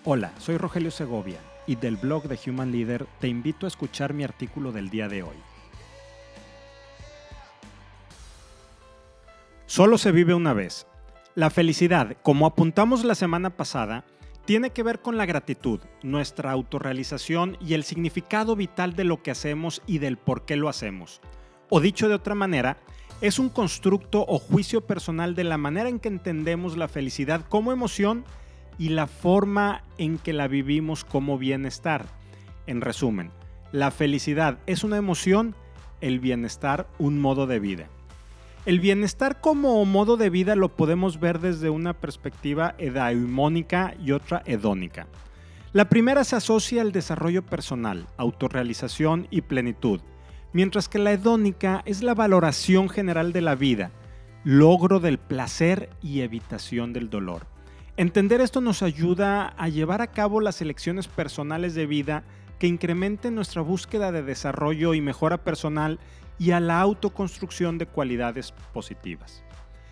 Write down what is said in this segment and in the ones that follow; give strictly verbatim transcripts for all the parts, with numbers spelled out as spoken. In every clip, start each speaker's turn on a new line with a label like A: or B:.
A: Hola, soy Rogelio Segovia y del blog de Human Leader te invito a escuchar mi artículo del día de hoy. Solo se vive una vez. La felicidad, como apuntamos la semana pasada, tiene que ver con la gratitud, nuestra autorrealización y el significado vital de lo que hacemos y del por qué lo hacemos. O dicho de otra manera, es un constructo o juicio personal de la manera en que entendemos la felicidad como emoción y la forma en que la vivimos como bienestar. En resumen, la felicidad es una emoción, el bienestar un modo de vida. El bienestar como modo de vida lo podemos ver desde una perspectiva eudaimónica y otra hedónica. La primera se asocia al desarrollo personal, autorrealización y plenitud, mientras que la hedónica es la valoración general de la vida, logro del placer y evitación del dolor. Entender esto nos ayuda a llevar a cabo las elecciones personales de vida que incrementen nuestra búsqueda de desarrollo y mejora personal y a la autoconstrucción de cualidades positivas.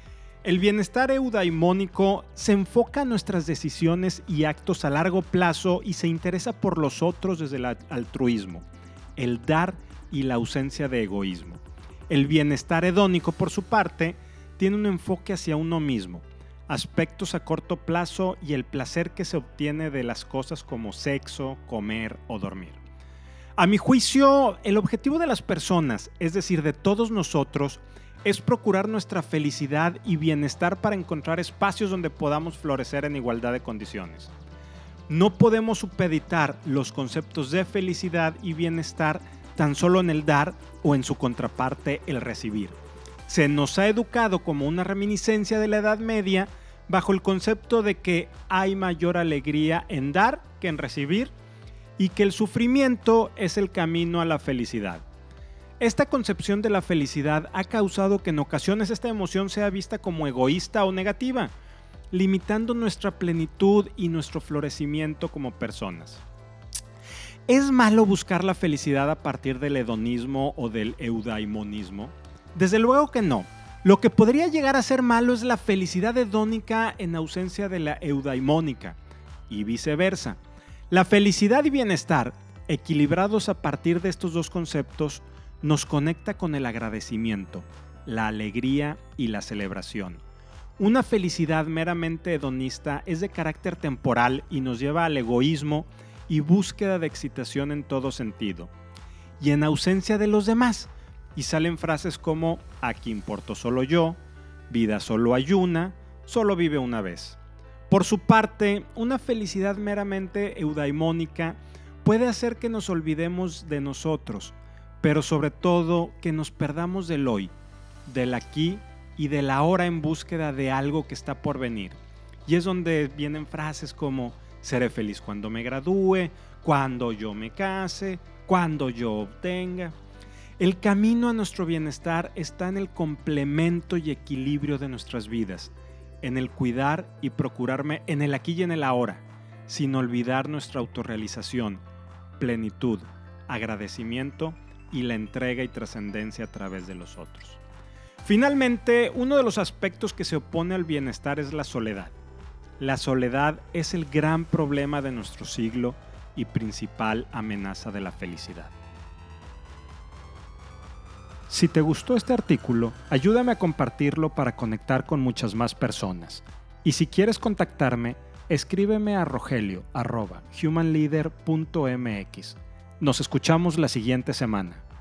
A: El bienestar eudaimónico se enfoca en nuestras decisiones y actos a largo plazo y se interesa por los otros desde el altruismo, el dar y la ausencia de egoísmo. El bienestar hedónico, por su parte, tiene un enfoque hacia uno mismo, aspectos a corto plazo y el placer que se obtiene de las cosas como sexo, comer o dormir. A mi juicio, el objetivo de las personas, es decir, de todos nosotros, es procurar nuestra felicidad y bienestar para encontrar espacios donde podamos florecer en igualdad de condiciones. No podemos supeditar los conceptos de felicidad y bienestar tan solo en el dar o en su contraparte, el recibir. Se nos ha educado como una reminiscencia de la Edad Media bajo el concepto de que hay mayor alegría en dar que en recibir y que el sufrimiento es el camino a la felicidad. Esta concepción de la felicidad ha causado que en ocasiones esta emoción sea vista como egoísta o negativa, limitando nuestra plenitud y nuestro florecimiento como personas. ¿Es malo buscar la felicidad a partir del hedonismo o del eudaimonismo? Desde luego que no. Lo que podría llegar a ser malo es la felicidad hedónica en ausencia de la eudaimónica y viceversa. La felicidad y bienestar, equilibrados a partir de estos dos conceptos, nos conecta con el agradecimiento, la alegría y la celebración. Una felicidad meramente hedonista es de carácter temporal y nos lleva al egoísmo y búsqueda de excitación en todo sentido, y en ausencia de los demás. Y salen frases como aquí importo solo yo, vida solo hay una, solo vive una vez. Por su parte, una felicidad meramente eudaimónica puede hacer que nos olvidemos de nosotros, pero sobre todo que nos perdamos del hoy, del aquí y del ahora en búsqueda de algo que está por venir. Y es donde vienen frases como seré feliz cuando me gradúe, cuando yo me case, cuando yo obtenga. El camino a nuestro bienestar está en el complemento y equilibrio de nuestras vidas, en el cuidar y procurarme en el aquí y en el ahora, sin olvidar nuestra autorrealización, plenitud, agradecimiento y la entrega y trascendencia a través de los otros. Finalmente, uno de los aspectos que se opone al bienestar es la soledad. La soledad es el gran problema de nuestro siglo y principal amenaza de la felicidad. Si te gustó este artículo, ayúdame a compartirlo para conectar con muchas más personas. Y si quieres contactarme, escríbeme a rogelio arroba humanleader punto mx. Nos escuchamos la siguiente semana.